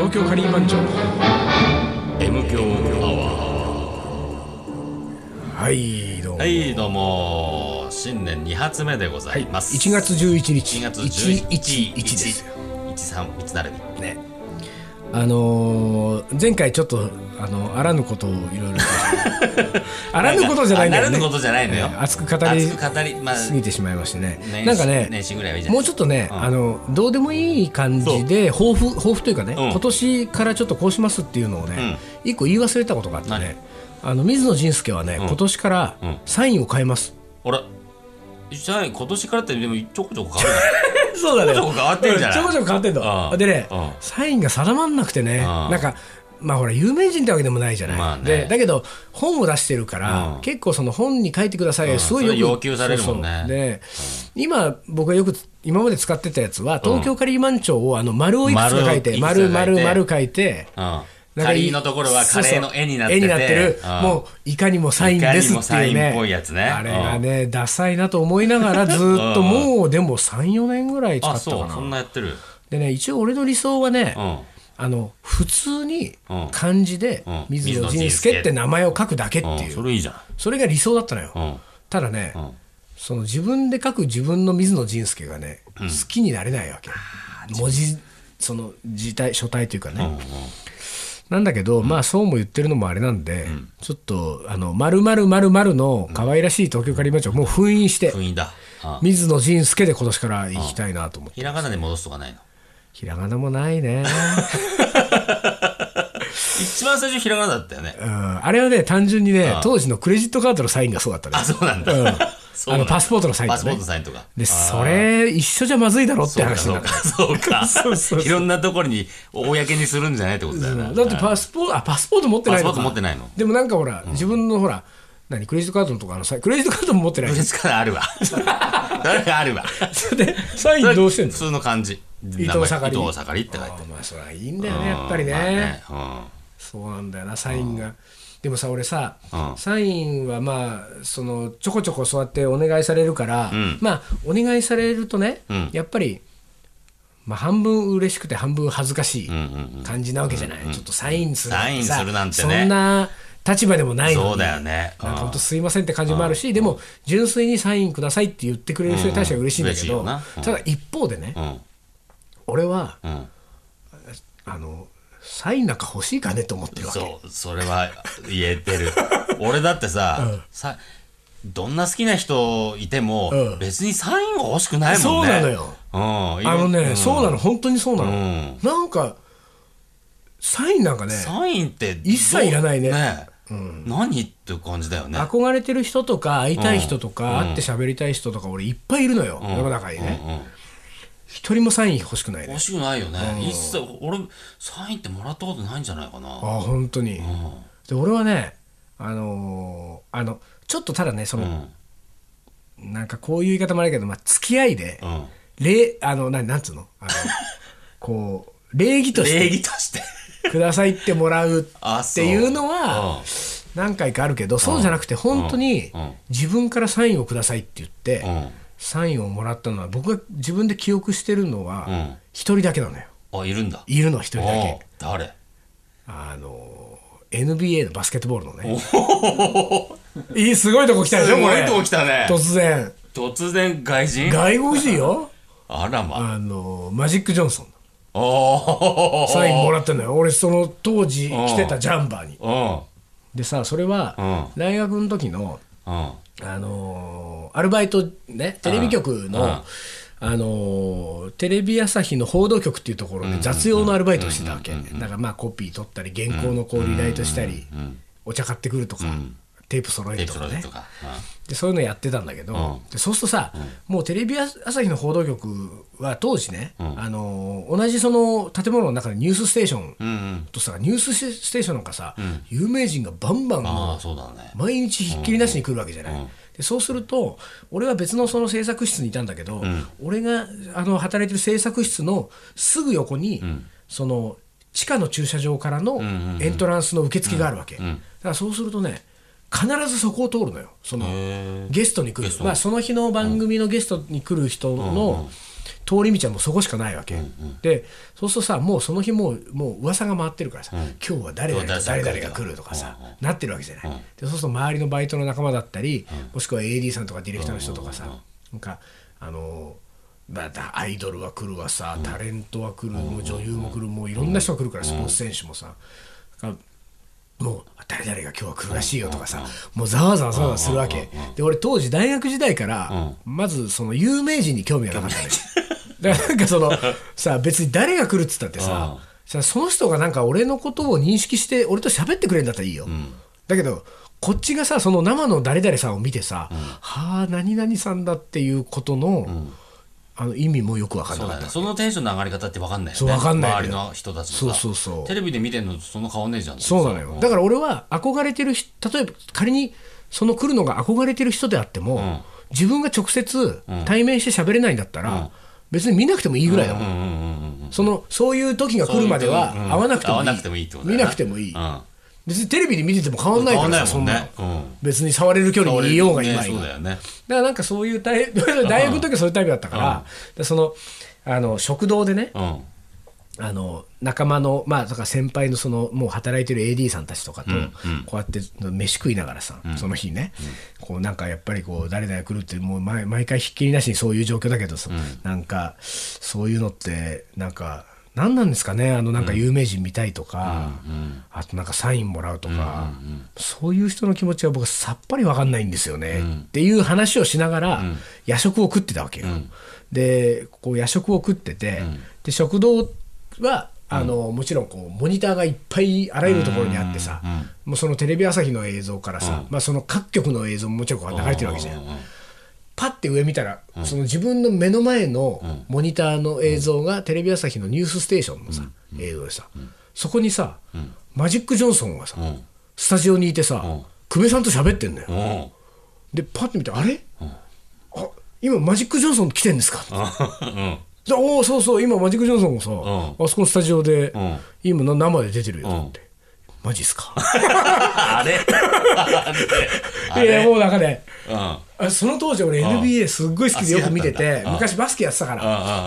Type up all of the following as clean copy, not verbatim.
東京カリー番長 M 強アワー。 はいどうも、 はい、どうも。新年2発目でございます。 1月11日 1月11日 111ですよ 13三つ並びね。前回ちょっとあらぬことをいろいろあらぬことじゃないんだよね。 あらぬことじゃないのよ。 熱く語りまあ、 過ぎてしまいましてね。 なんかね、 年始ぐらいはいいじゃない。 もうちょっとね、どうでもいい感じで抱負というかね、今年からちょっとこうしますっていうのをね、一個言い忘れたことがあってね、水野仁介はね、今年からサインを変えます。 あら、じゃあ今年からってでもちょこちょこ変わるそうだね。 ちょこちょこ変わってんじゃない。 ちょこちょこ変わってんの。でね、サインが定まんなくてね、なんかまあほら有名人ってわけでもないじゃない。 まあね、 でだけど本を出してるから、結構その本に書いてください、すごいよく要求されるもんね。 で、今僕がよく今まで使ってたやつは東京カリーマン町を丸をいくつか書いて、丸書いて。 カリーのところはカレーの絵になってる、もういかにもサインですっていうね、 っぽいやつね。 あれがね、ダサいなと思いながらずっともうでも 3,4 年ぐらい使ったかな。 そんなやってる。 でね、一応俺の理想はね、普通に漢字で水野仁介って名前を書くだけっていう、 それいいじゃん。 それが理想だったのよ。ただね、その自分で書く自分の水野仁介がね、好きになれないわけ。文字、その字体書体というかね、なんだけど、まあそうも言ってるのもあれなんで、ちょっと〇〇〇〇の可愛らしい東京カリーマン町をもう封印して、水野仁介で今年から行きたいなと思って。 ひらがなで戻すとかないの？ ひらがなもないね。 一番最初ひらがなだったよね。 あれはね、単純にね、当時のクレジットカードのサインがそうだったね。 あ、そうなんだ。 パスポートのサインとね。 パスポートのサインとか。 で、それ一緒じゃまずいだろって話になった。 そうか。いろんなところに公にするんじゃないってことだよね。 だってパスポート持ってないのか。 パスポート持ってないの。 でもなんかほら、自分のほら、クレジットカードのとかクレジットカードも持ってない。 クレジットカードあるわ。誰かあるわ。 で、サインどうしてんの？ 普通の漢字。 伊藤盛り。 伊藤盛りって書いて。 まあそれはいいんだよね、やっぱりね。そうなんだよな、サインが。でもさ、俺さ、サインはまあそのちょこちょこそうやってお願いされるから、まあお願いされるとね、やっぱりまあ半分嬉しくて半分恥ずかしい感じなわけじゃない。ちょっとサインするなんてね、そんな立場でもないのに、 そうだよね。 なんか本当すいませんって感じもあるし、でも純粋にサインくださいって言ってくれる人に対しては嬉しいんだけど、ただ一方でね、俺はサインなんか欲しいかねと思ってるわけ。 そう、それは言えてる。俺だってさ、どんな好きな人いても別にサインは欲しくないもんね。 そうなのよ。そうなの、本当にそうなの。なんかサインなんかね、 サインって一切いらないね。 何って感じだよね。 憧れてる人とか会いたい人とか会って喋りたい人とか俺いっぱいいるのよ、世の中にね。一人もサイン欲しくないね。欲しくないよね。一切俺サインってもらったことないんじゃないかな。 本当に。で俺はね、ちょっとただね、そのなんかこういう言い方もあるけど、まあ付き合いでなんつうの、こう礼儀としてくださいってもらうっていうのは何回かあるけど、そうじゃなくて本当に自分からサインをくださいって言ってサインをもらったのは、僕が自分で記憶してるのは一人だけなのよ。 いるんだ。 いるの一人だけ。 誰 ？NBA のバスケットボールのね。すごいとこ来たでしょ、これ。 すごいとこ来たね。突然外国人よ。 あらま。 マジック・ジョンソン。サインもらってんのよ。俺その当時着てたジャンバーに。でさ、それは大学の時のアルバイトね、テレビ局のテレビ朝日の報道局っていうところで雑用のアルバイトをしてたわけ。だからまあコピー取ったり原稿のこうリライトしたり、お茶買ってくるとか、テープ揃えるとかね。でそういうのやってたんだけど、でそうするとさ、もうテレビ朝日の報道局は当時ね、同じその建物の中でニュースステーションとさ、ニュースステーションなんかさ、有名人がバンバン毎日ひっきりなしに来るわけじゃない。でそうすると俺は別のその制作室にいたんだけど、俺が働いてる制作室のすぐ横に、その地下の駐車場からのエントランスの受付があるわけ。だからそうするとね、必ずそこを通るのよ。そのゲストに来る、まあ、その日の番組のゲストに来る人の通り道はもうそこしかないわけ、でそうするとさ、もうその日もう噂が回ってるからさ、今日は誰々と誰々が来るとかさ、なってるわけじゃない、でそうすると周りのバイトの仲間だったり、もしくは AD さんとかディレクターの人とかさ、なんかアイドルは来るわさ、タレントは来る、もう女優も来る、もういろんな人が来るから、スポーツ選手もさ、もう誰々が今日は来るらしいよとかさ、もうざわざわざわするわけで、俺当時大学時代からまずその有名人に興味がなかったねだからなんかそのさ、別に誰が来るっつったってさ、その人がなんか俺のことを認識して俺と喋ってくれるんだったらいいよ、だけどこっちがさ、その生の誰々さんを見てさ、はあ何々さんだっていうことの、意味もよく分かんなかった。 そのテンションの上がり方って分かんないよね。 そう分かんない、 周りの人たちがさ、テレビで見てるのとそんな変わんねえじゃん。 そうなのよ。だから俺は憧れてる、例えば仮にその来るのが憧れてる人であっても、自分が直接対面して喋れないんだったら、別に見なくてもいいぐらいだもん。そういう時が来るまでは会わなくてもいい、見なくてもいい。別にテレビで見てても変わんないからさ、そんな別に触れる距離にいようがいまいが、だからなんかそういう大学の時はそういうタイプだったから、食堂でね、仲間の、だから先輩のもう働いてる AD さんたちとかとこうやって飯食いながらさ、その日ね、こうなんかやっぱりこう誰々来るってもう毎回ひっきりなしにそういう状況だけどさ、なんかそういうのってなんか何なんですかね、なんか有名人見たいとか、あとなんかサインもらうとか、そういう人の気持ちは僕はさっぱり分かんないんですよね、っていう話をしながら夜食を食ってたわけよ。でこう夜食を食ってて、で食堂はもちろんこうモニターがいっぱいあらゆるところにあってさ、もうそのテレビ朝日の映像からさ、その各局の映像ももちろん流れてるわけじゃん。パッて上見たら、その自分の目の前のモニターの映像がテレビ朝日のニュースステーションのさ、映像でさ、そこにさ、マジック・ジョンソンがさ、スタジオにいてさ、久米さんと喋ってんだよ。でパッて見て、あれ、今マジック・ジョンソン来てんですかおお、そうそう、今マジック・ジョンソンがさ、あそこのスタジオで今生で出てるよって、マジっすかあれいやもうなんかね、その当時俺 NBA すっごい好きでよく見てて、昔バスケやってたから、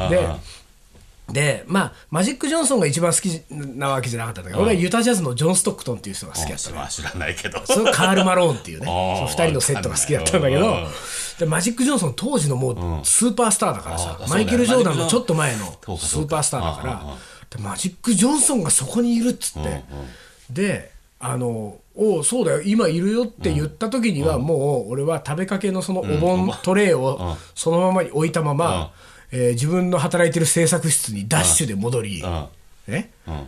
でマジック・ジョンソンが一番好きなわけじゃなかったんだけど、俺はユタジャズのジョン・ストックトンっていう人が好きだったの。 知らないけど、 それカール・マローンっていうね、その2人のセットが好きだったんだけど、でマジック・ジョンソン当時のもうスーパースターだからさ、マイケル・ジョーダンのちょっと前のスーパースターだから、でマジック・ジョンソンがそこにいるっつって、でおそうだよ今いるよって言った時には、もう俺は食べかけのそのお盆トレイをそのままに置いたまま、自分の働いてる制作室にダッシュで戻り、ね、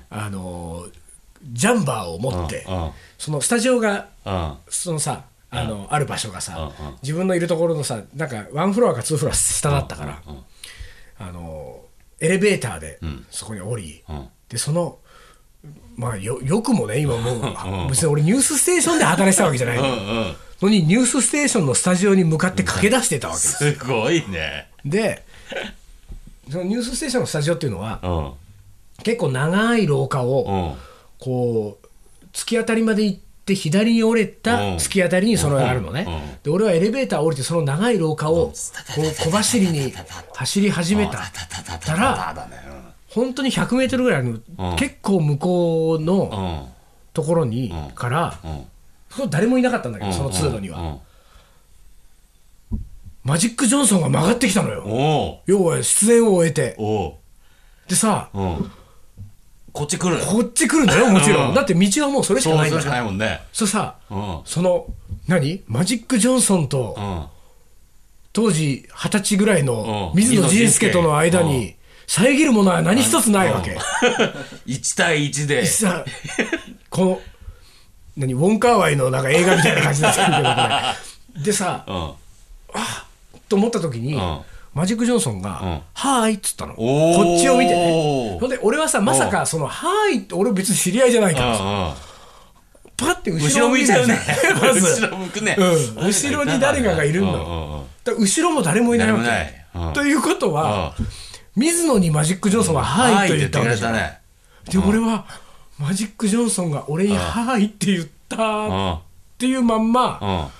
ジャンバーを持って、そのスタジオがそのさある場所がさ、自分のいるところのさ、なんかワンフロアかツーフロア下だったから、エレベーターでそこに降り、でそのよくもね、今もう別に俺ニュースステーションで働いてたわけじゃないのに、ニュースステーションのスタジオに向かって駆け出してたわけです。 すごいね。 でそのニュースステーションのスタジオっていうのは、結構長い廊下をこう突き当たりまで行って左に折れた突き当たりにそれがあるのね。で俺はエレベーター降りてその長い廊下をこう小走りに走り始めたら、本当に100メートルぐらいの結構向こうのところにから誰もいなかったんだけど、その通路にはマジック・ジョンソンが曲がってきたのよ。要は出演を終えて、でさ、 こっち来るんだよ、もちろん。だって道はもうそれしかないんだから。 そうさ、そのマジック・ジョンソンと当時20歳ぐらいの水野仁介との間に遮るものは何一つないわけ。 1対1でこのウォンカーワイのなんか映画みたいな感じになってるけど、これでさ、と思った時に、マジック・ジョンソンがはーいっつったの、こっちを見てね。ほんで俺はさ、まさかそのはーいって俺別に知り合いじゃないからさ、パッて後ろを見ちゃうね。まず後ろ向くね、後ろに誰かがいるんだよ。後ろも誰もいないわけということは、水野にマジック・ジョンソンははーいと言ったわけじゃない。で俺はマジック・ジョンソンが俺にはーいって言ったっていうまんま、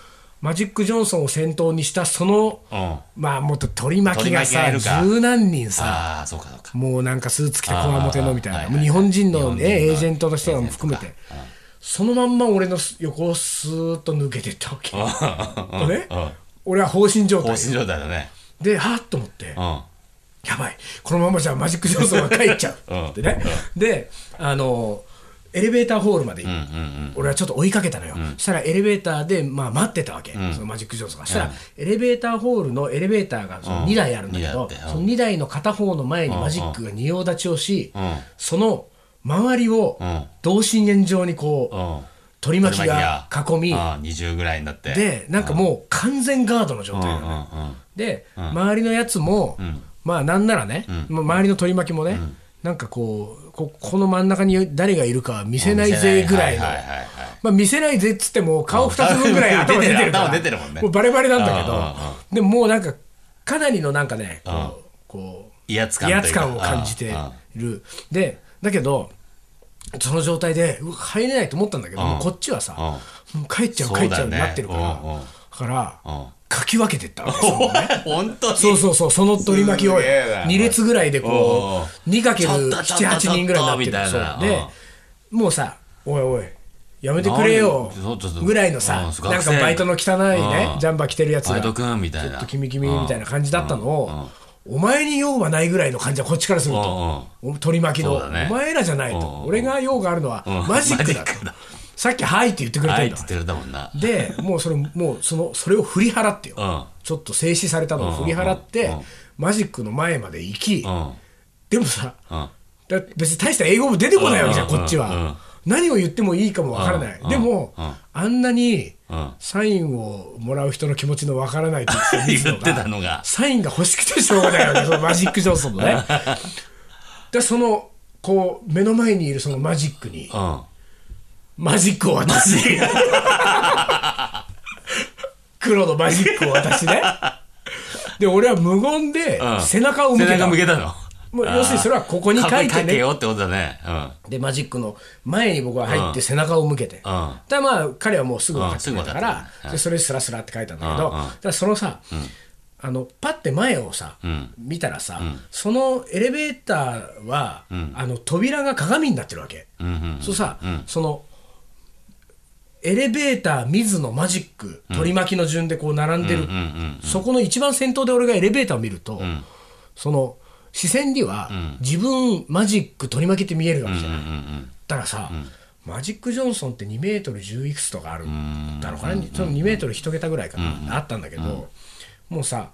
マジック・ジョンソンを先頭にしたその、まあもっと取り巻きがさ十何人さ、もうなんかスーツ着てこわもてのみたいな、もう日本人のエージェントの人も含めて、そのまんま俺の横をスーッと抜けていったわけね、俺は放心状態だね。 ではっと思って、やばいこのままじゃマジック・ジョンソンが帰っちゃうってね、でエレベーターホールまで俺はちょっと追いかけたのよ、そしたらエレベーターでまあ待ってたわけ、そのマジック・ジョンソンが。そしたらエレベーターホールのエレベーターがその2台あるんだけど、その2台の片方の前にマジックが仁王立ちをし、その周りを同心円状にこう取り巻きが囲み、 20ぐらいになって、 でなんかもう完全ガードの状態なの、で周りのやつもまあなんならね、周りの取り巻きもね、なんかこの真ん中に誰がいるかは見せないぜぐらいの、まあ見せないぜっつっても顔2つ分ぐらい頭出てるからもうバレバレなんだけど、でももうなんかかなりのなんかねこう威圧感を感じている。でだけどその状態で入れないと思ったんだけど、こっちはさもう帰っちゃうになってるからかき分けてったわけ本当にそうその取り巻きを2列ぐらいでこう 2×7、8 人ぐらいになってる。でもうさおいおいやめてくれよぐらいのさ、なんかバイトの汚いねジャンバー着てるやつがちょっと君みたいな感じだったのを、お前に用はないぐらいの感じはこっちからすると取り巻きの、お前らじゃないと、俺が用があるのはマジックだと、さっきはいって言ってくれてるんだでもうそれを振り払ってよ、ちょっと静止されたのを振り払ってマジックの前まで行き、でもさ別に大した英語も出てこないわけじゃんこっちは。何を言ってもいいかもわからない。でもあんなにサインをもらう人の気持ちのわからないって言ってたのがサインが欲しくてしょうがないわけそのマジック・ジョンソンのね。でそのこう目の前にいるそのマジックにマジックを渡し黒のマジックを渡しね。で俺は無言で背中を向けたの。もう要するにそれはここに書いてねってことだね。 でマジックの前に僕は入って背中を向けて、だまあ彼はもうすぐ分かってくれたから、それスラスラって書いたんだけど、だからそのさパッて前をさ見たらさ、そのエレベーターは扉が鏡になってるわけ。そうさそのエレベーター水野マジック取り巻きの順でこう並んでる、そこの一番先頭で俺がエレベーターを見ると、その視線には自分マジック取り巻きって見えるわけじゃない。だからさ、マジック・ジョンソンって2メートル10いくつとかあるんだろうかな、その2メートル1桁ぐらいかな、あったんだけど、もうさ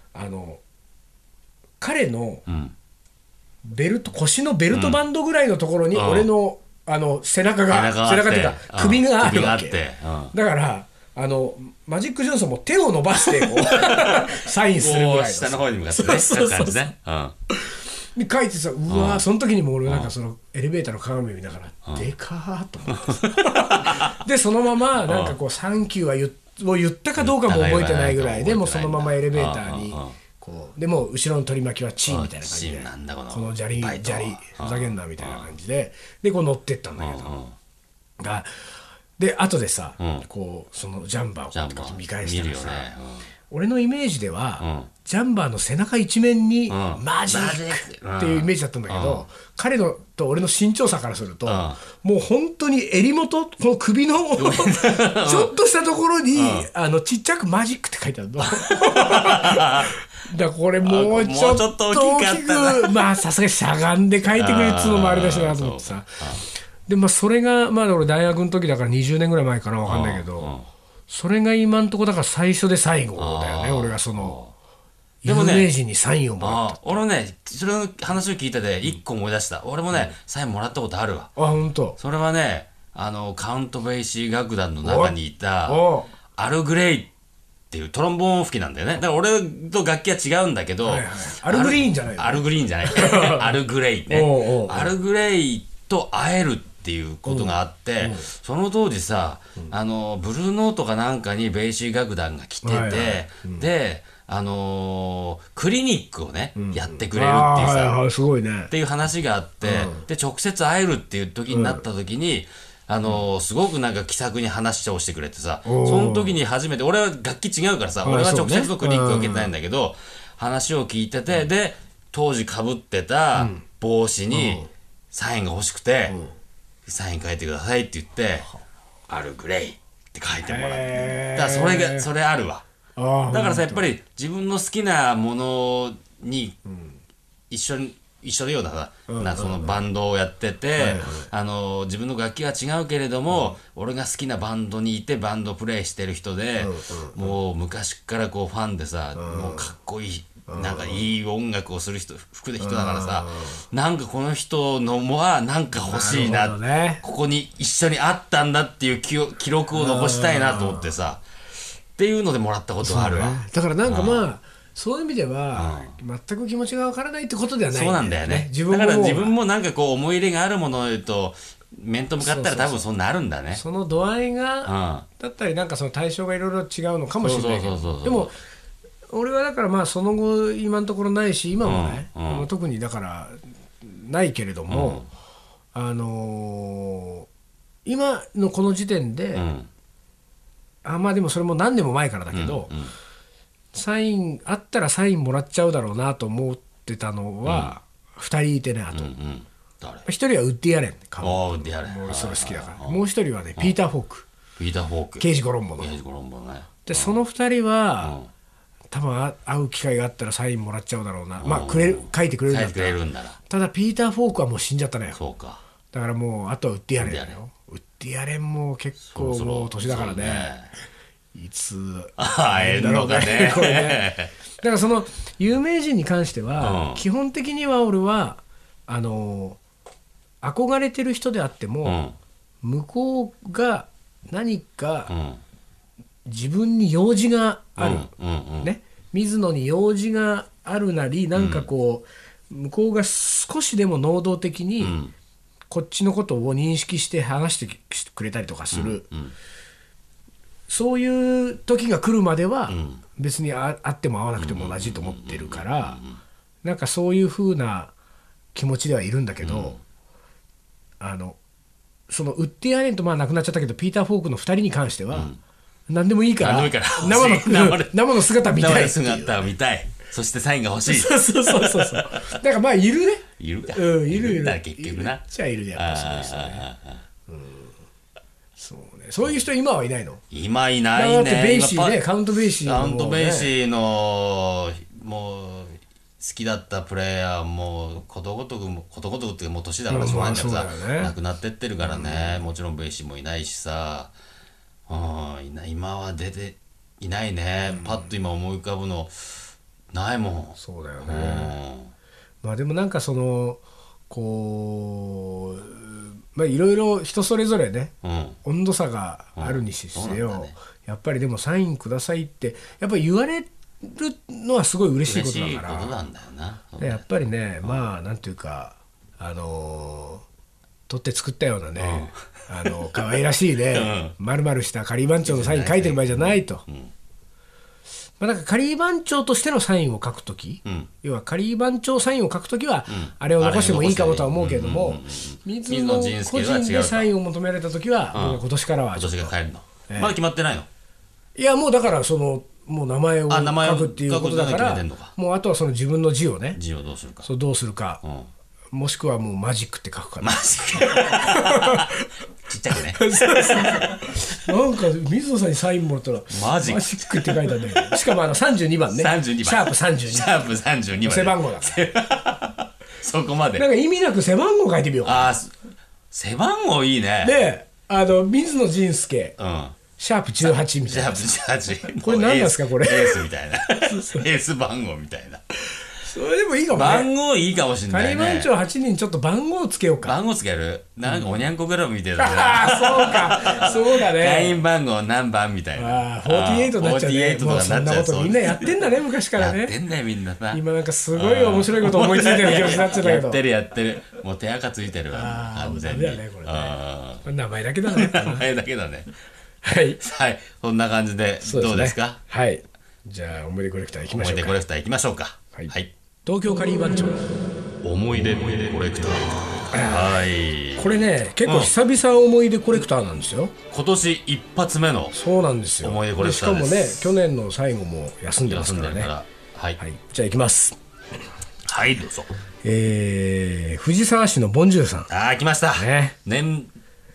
彼のベルト腰のベルトバンドぐらいのところに俺の背中っていうか首があるわけ。だからマジック・ジョンソンも手を伸ばしてこうサインするぐらいの下の方に向かってね書く感じね。 で書いてさ、うわーその時にも俺なんかそのエレベーターの鏡見ながらでかーっと思ってでそのままなんかこうサンキューを言ったかどうかも覚えてないぐらいでもうそのままエレベーターにこうでもう後ろの取り巻きはチーみたいな感じでこのジャリふざけんなみたいな感じでこう乗ってったんだけどがで後でさこうそのジャンバーを見返したらさ俺のイメージではジャンバーの背中一面にマジックっていうイメージだったんだけど、彼のと俺の身長差からするともう本当に襟元この首のちょっとしたところにちっちゃくマジックって書いてあるのだこれもうちょっと大きくまあさすがにしゃがんで書いてくれっつうのもあれだしなと思ってさ。でまあそれがまだ俺大学の時だから20年ぐらい前かな分かんないけど、それが今んとこだから最初で最後だよね俺がその有名人にサインをもらった。 俺もねそれの話を聞いてて一個思い出した。俺もねサインもらったことあるわ。 本当。 それはねカウント・ベイシー楽団の中にいたアル・グレイっていうトロンボーン吹きなんだよね。だから俺と楽器は違うんだけど、 アルグリーンじゃないアルグリーンじゃないアル・グレイねアル・グレイと会えるっていうことがあって、その当時さブルーノートかなんかにベイシー楽団が来てて、でクリニックをね、やってくれるっていうさ、 すごいねっていう話があって、で直接会えるっていう時になった時にすごくなんか気さくに話をしてくれてさ、その時に初めて、俺は楽器違うからさ、俺は直接のクリニックを受けてないんだけど、話を聞いてて、で当時かぶってた帽子にサインが欲しくて、サイン書いてくださいって言って、アルグレイって書いてもらって、だからそれあるわ。だからさ、やっぱり自分の好きなものに一緒のようなさ、そのバンドをやってて、自分の楽器は違うけれども、俺が好きなバンドにいてバンドプレイしてる人で、もう昔からこうファンでさ、もうかっこいい、なんかいい音楽をする人だからさ、なんかこの人のはなんか欲しいな、ここに一緒にあったんだっていう記録を残したいなと思ってさ、っていうのでもらったことがあるわ。 だからなんかまあそういう意味では全く気持ちがわからないってことではないんだよね。 そうなんだよね。だから自分もなんかこう思い入れがあるものと面と向かったら多分そうなるんだね。 その度合いがだったりなんかその対象がいろいろ違うのかもしれないけど、でも俺はだからまあその後今のところないし、今もね、特にだからないけれども、今のこの時点で、まあでもそれも何年も前からだけど、サインあったらサインもらっちゃうだろうなと思ってたのは2人いてね、あと1人はウッディアレン、 ウッディアレン、 もうそれ好きだから、もう1人はねピーター・フォーク、ケージ・コロンボの。でその2人は多分会う機会があったらサインもらっちゃうだろうな、まあ書いてくれるんだったら。ただピーター・フォークはもう死んじゃったね。 そうか。 だからもうあとはウッディアレンだよ。ウッディアレンも結構もう年だからね、いつ会えるのかね。 これね。だからその有名人に関しては、基本的には俺は憧れてる人であっても、向こうが何か自分に用事がある、ね、水野に用事があるなり、なんかこう、向こうが少しでも能動的にこっちのことを認識して話してくれたりとかする、そういう時が来るまでは別にあっても会わなくても同じと思ってるから、なんかそういう風な気持ちではいるんだけど、そのウッディアレンとまあ亡くなっちゃったけどピーター・フォークの2人に関しては、何でもいいから生の姿見たいっていう、 姿見たい、そしてサインが欲しい。 そうだからまあいるね。 いるか。 いる結局な。 じゃあいるね、やっぱそうですね。そうね。そういう人今はいないの？ 今いないね。 だってベイシーね、カウントベイシーのもう好きだったプレイヤーもことごとくってもう年だからしょうがないんだけどさ、亡くなってってるからね。もちろんベイシーもいないしさ、今は出ていないね。パッと今思い浮かぶのないもん。 そうだよね。まあでもなんかそのこう、まあいろいろ人それぞれね、温度差があるにせよ、やっぱりでもサインくださいってやっぱり言われるのはすごい嬉しいことだから。 嬉しいことなんだよな。 やっぱりね、まあなんていうか取って作ったようなね、可愛らしいね、丸々したカリー番長のサイン書いてる場合じゃないと。まあ、なんかカリー番長としてのサインを書くとき、要はカリー番長サインを書くときは、あれを残してもいいかもとは思うけれども、水野個人でサインを求められたときは、今年からは今年が変えるの、まだ決まってないの？ いやもうだからもう名前を書くっていうことだから、もうあとはその自分の字をね、 字をどうするか、 どうするか、もしくはもうマジックって書くから。 マジックちっちゃくね。 なんか水野さんにサインもらったらマジックって書いてあるんだよ。しかも32番ね。 32番。 シャープ32。 シャープ32番。 背番号だから。 そこまで。 なんか意味なく背番号書いてみようか。 背番号いいね。 で、水野仁介。シャープ18みたいな。 シャープ18。 これ何なんですかこれ。 エースみたいな。エース番号みたいな。 それでもいいかもね。 番号いいかもしれないね。 カリ番長8人ちょっと番号つけようか。 番号つける？なんかおにゃんこグラムみたいな。 そうか。そうだね。 会員番号何番みたいな。 48になっちゃうね。 48とかなっちゃう。 そんなことみんなやってんだね、昔からね。 やってんだよみんなさ。 今なんかすごい面白いこと思いついてる気持ちになっちゃったけど。 やってる。もう手垢ついてるわ。 完全に。ダメだね、これね。名前だけだね。 名前だけだね。 はい。 はい。そんな感じで、どうですか？ はい。じゃあ、思い出コレクター行きましょうか。 思い出コレクター行きましょうか。 はい。東京カリー番長。 思い出コレクター。 はい。 これね結構久々思い出コレクターなんですよ。 今年一発目のそうなんですよ。 思い出コレクターです。 しかもね去年の最後も休んでますからね。はい、じゃあ行きます。 はい、どうぞ。 藤沢市のボンジュールさん。 来ましたね。年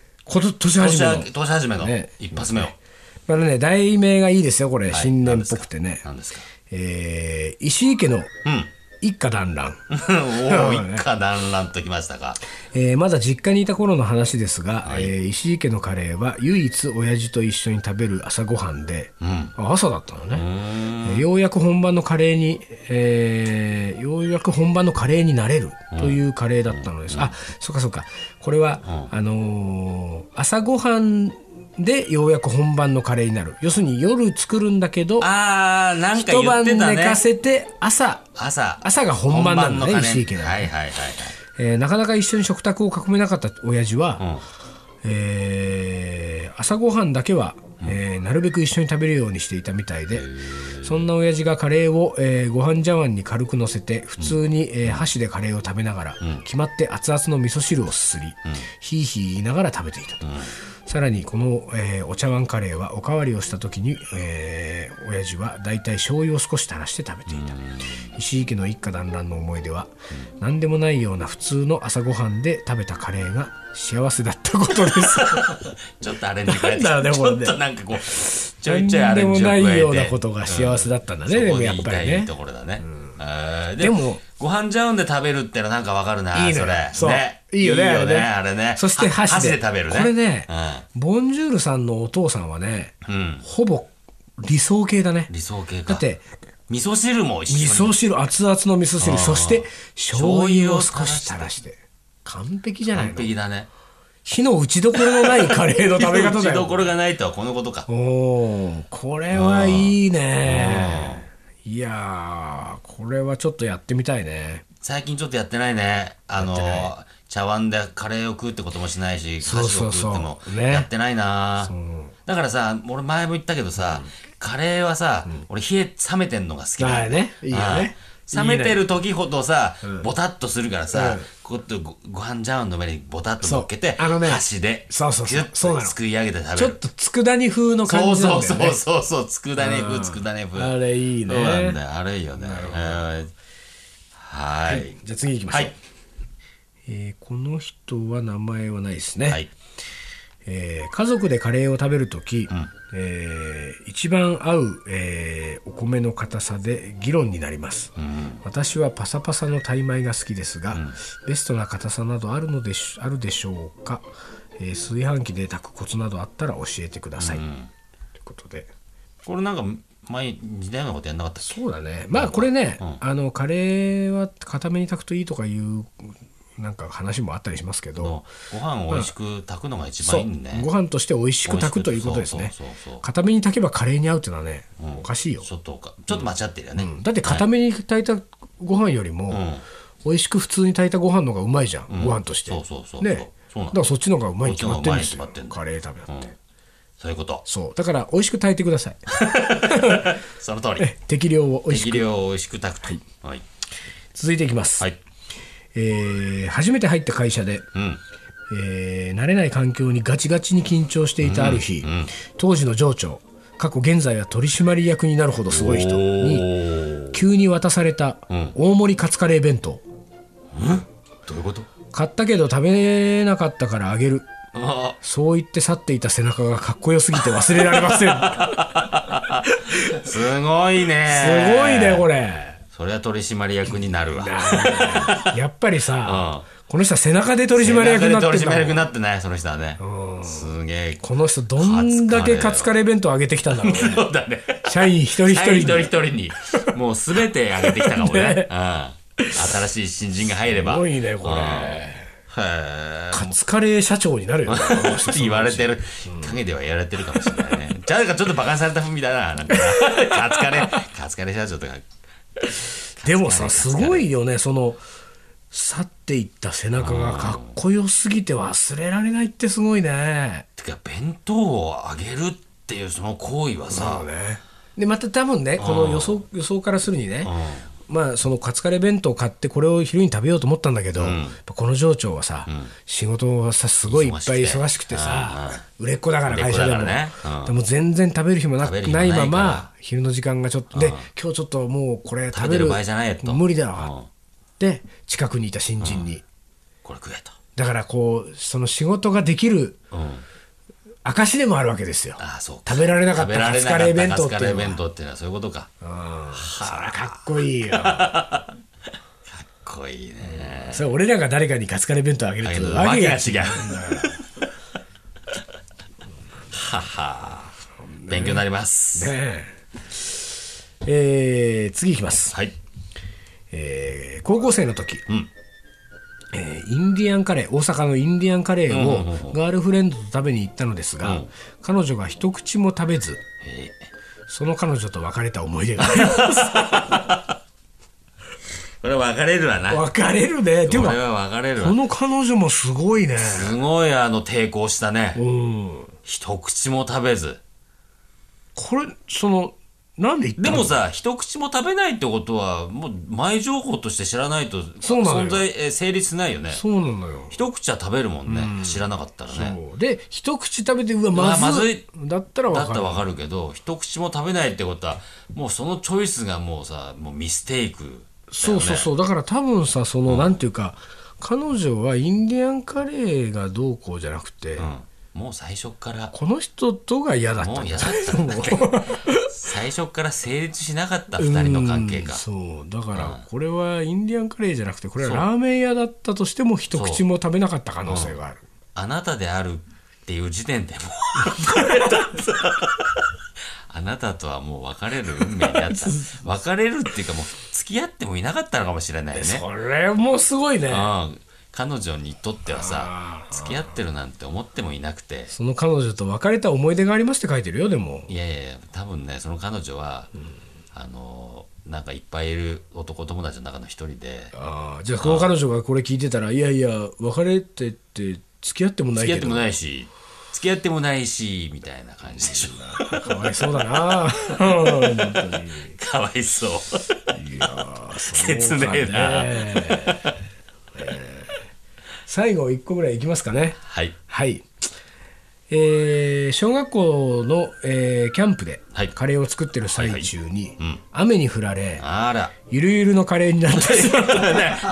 始めの一発目を。 まだね題名がいいですよこれ、新年っぽくてね。 何ですか。 石井家の一家団らん。 一家団らんときましたか。 まだ実家にいた頃の話ですが、石井家のカレーは唯一親父と一緒に食べる朝ごはんで、朝だったのね。ようやく本番のカレーになれるというカレーだったのです。そうかこれは、朝ごはんでようやく本番のカレーになる。要するに夜作るんだけどなんか一晩寝かせて朝が本番なんだね、石井家だ。なかなか一緒に食卓を囲めなかった親父は、朝ごはんだけは、なるべく一緒に食べるようにしていたみたいで、そんな親父がカレーを、ご飯茶碗に軽く乗せて普通に、箸でカレーを食べながら、決まって熱々の味噌汁をすすり、ヒーヒー言いながら食べていたと。さらにこの、お茶碗カレーはおかわりをした時に、親父はだいたい醤油を少し垂らして食べていた。石井家の一家団らんの思い出は、何でもないような普通の朝ごはんで食べたカレーが幸せだったことです。 ちょっとアレンジ変えて、ちょっとなんかこうちょいちょいアレンジを加えて、 何でもないようなことが幸せだったんだね。でもやっぱりね。 ところだね。でもご飯茶碗で食べるってのなんかわかるな。それね。 いいよねあれね。 そして箸で食べるね。 これね、ボンジュールさんのお父さんはね、ほぼ理想系だね。 理想系か。 だって味噌汁も一緒に。 味噌汁、熱々の味噌汁、そして醤油を少し垂らして、完璧じゃないの。 完璧だね。 火の打ちどころのないカレーの食べ方だよ。 打ちどころがないとはこのことか。 これはいいね。いやー、これはちょっとやってみたいね。 最近ちょっとやってないね。茶碗でカレーを食うってこともしないし、箸を食うってもやってないな。だからさ、俺前も言ったけどさ、カレーはさ、俺冷めてんのが好きだよね。 いいよね。 冷めてる時ほどさ、ボタッとするからさ、こうやってご飯茶碗の上にボタッと乗っけて、箸でキュッとすくい上げて食べる。 ちょっと佃煮風の感じなんだよね。 そう、佃煮風。 あれいいね。 そうなんだよ、あれいいよね。はい。 じゃあ次行きましょう。この人は名前はないですね。家族でカレーを食べるとき、一番合う、お米の硬さで議論になります。私はパサパサのタイ米が好きですが、ベストな硬さなどあるでしょうか。炊飯器で炊くコツなどあったら教えてください。ということで、 これなんか前似たようなことやんなかったっけ。 そうだね。まあこれね、カレーは固めに炊くといいとかいうなんか話もあったりしますけど、 ご飯を美味しく炊くのが一番いいんね。 ご飯として美味しく炊くということですね。固めに炊けばカレーに合うっていうのはね、おかしいよ。 ちょっと間違ってるよね。 だって固めに炊いたご飯よりも美味しく普通に炊いたご飯の方がうまいじゃん、ご飯として。ね、だからそっちの方がうまいに決まってるんですよ、カレー食べたって。 そういうこと。 そうだから美味しく炊いてください。 その通り。 適量を美味しく。 適量を美味しく炊くと。 続いていきます。初めて入った会社で、慣れない環境にガチガチに緊張していたある日、当時の上長、過去現在は取締役になるほどすごい人に急に渡された大盛りカツカレー弁当。 どういうこと？ 買ったけど食べなかったからあげる。そう言って去っていた背中がかっこよすぎて忘れられません。 すごいね。 すごいねこれ。 それは取締役になるわ。 やっぱりさ、この人は背中で取締役になってんだもん。 取締役になってない、その人はね。すげえ。 この人どんだけカツカレー弁当あげてきたんだろうね。 そうだね。 社員一人一人にもうすべてあげてきたかもね。新しい新人が入れば。 すごいねこれ。カツカレー社長になるよね。 言われてる、陰ではやられてるかもしれないね。じゃあちょっとバカにされた風味だな、なんかカツカレー社長とか。 でもさ、すごいよね。その去っていった背中がかっこよすぎて忘れられないってすごいね。 てか弁当をあげるっていうその行為はさ、 でまた多分ね、この予想からするにね、 まあそのカツカレー弁当を買ってこれを昼に食べようと思ったんだけど、やっぱこの上長はさ、仕事がさすごいいっぱい忙しくてさ、売れっ子だから会社でも、でも全然食べる日もないまま昼の時間がちょっとで、今日ちょっともうこれ食べる無理だわって近くにいた新人に、 これ食えと。 だからこうその仕事ができる証でもあるわけですよ。食べられなかったカツカレー弁当っていうのはそういうことか。 そりゃかっこいいよ。かっこいいね。 それ俺らが誰かにカツカレー弁当あげるってわけが違う。 はは。勉強になります。 次いきます。 はい。 高校生の時、インディアンカレー、大阪のインディアンカレーをガールフレンドと食べに行ったのですが、彼女が一口も食べず、その彼女と別れた思い出があります。 これ別れるわな。 別れるね。 これは別れるわ。 この彼女もすごいね。 すごい抵抗したね。一口も食べず。 これなんで言ったの？ でもさ、一口も食べないってことはもう前情報として知らないと存在成立ないよね。 そうなのよ。 一口は食べるもんね、知らなかったらね。 で一口食べてまずいだったら分かるけど、一口も食べないってことはもうそのチョイスがもうさ、もうミステイクだよね。 そうだから多分さ、なんていうか、彼女はインディアンカレーがどうこうじゃなくて、 もう最初からこの人とが嫌だったんだ。 最初から成立しなかった2人の関係が。 そうだからこれはインディアンカレーじゃなくて、これはラーメン屋だったとしても一口も食べなかった可能性がある。 あなたであるっていう時点でもうあなたとはもう別れる運命にあった。別れるっていうか、もう付き合ってもいなかったのかもしれないね。 それもすごいね。 彼女にとってはさ、付き合ってるなんて思ってもいなくて、 その彼女と別れた思い出がありますって書いてるよ。でもいや多分ね、その彼女は、なんかいっぱいいる男友達の中の一人で、 じゃあこの彼女がこれ聞いてたら、いや別れてって付き合ってもないけど、 付き合ってもないしみたいな感じでしょ。 かわいそうだな。 かわいそう。 いや切ねえな。 最後1個ぐらいいきますかね。 はい、 小学校の、キャンプでカレーを作ってる最中に、雨に降られ、ゆるゆるのカレーになってしまった。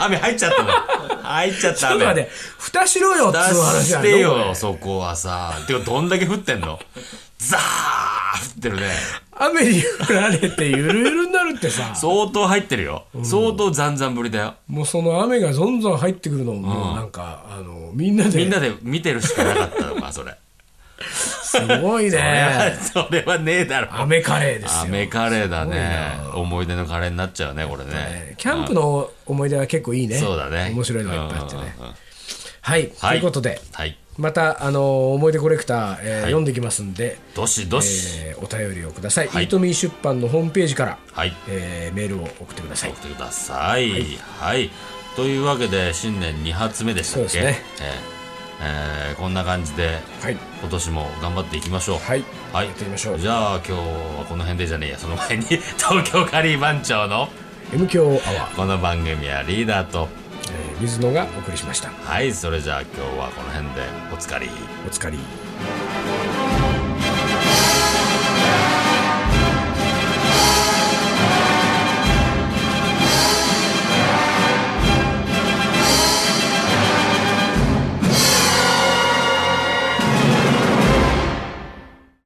雨入っちゃったの。入っちゃった。 ちょっと待って、蓋しろよっていう話だよ。してよ、そこはさ。てかどんだけ降ってんの？ザー降ってるね。 雨に降られてゆるゆるになるってさ、 相当入ってるよ。相当ざんざん降りだよ。 もうその雨がどんどん入ってくるのを、もうなんかみんなで見てるしかなかったのか、それ。 すごいね。 それはねえだろ。 雨カレーですよ。 雨カレーだね。思い出のカレーになっちゃうね、これね。 キャンプの思い出は結構いいね。 そうだね。 面白いのがいっぱいあってね。はい、ということで、また思い出コレクター読んでいきますんで、 どしどしお便りをください。イートミー出版のホームページからメールを送ってください。 送ってください。はい。というわけで新年2発目でしたっけ？そうですね。こんな感じで、今年も頑張っていきましょう。 はい、やってみましょう。 じゃあ今日はこの辺でじゃねえや、その前に東京カリー番長の M 強アワー。 この番組はリーダーと水野がお送りしました。 はい、それじゃあ今日はこの辺でおつかり。 おつかり。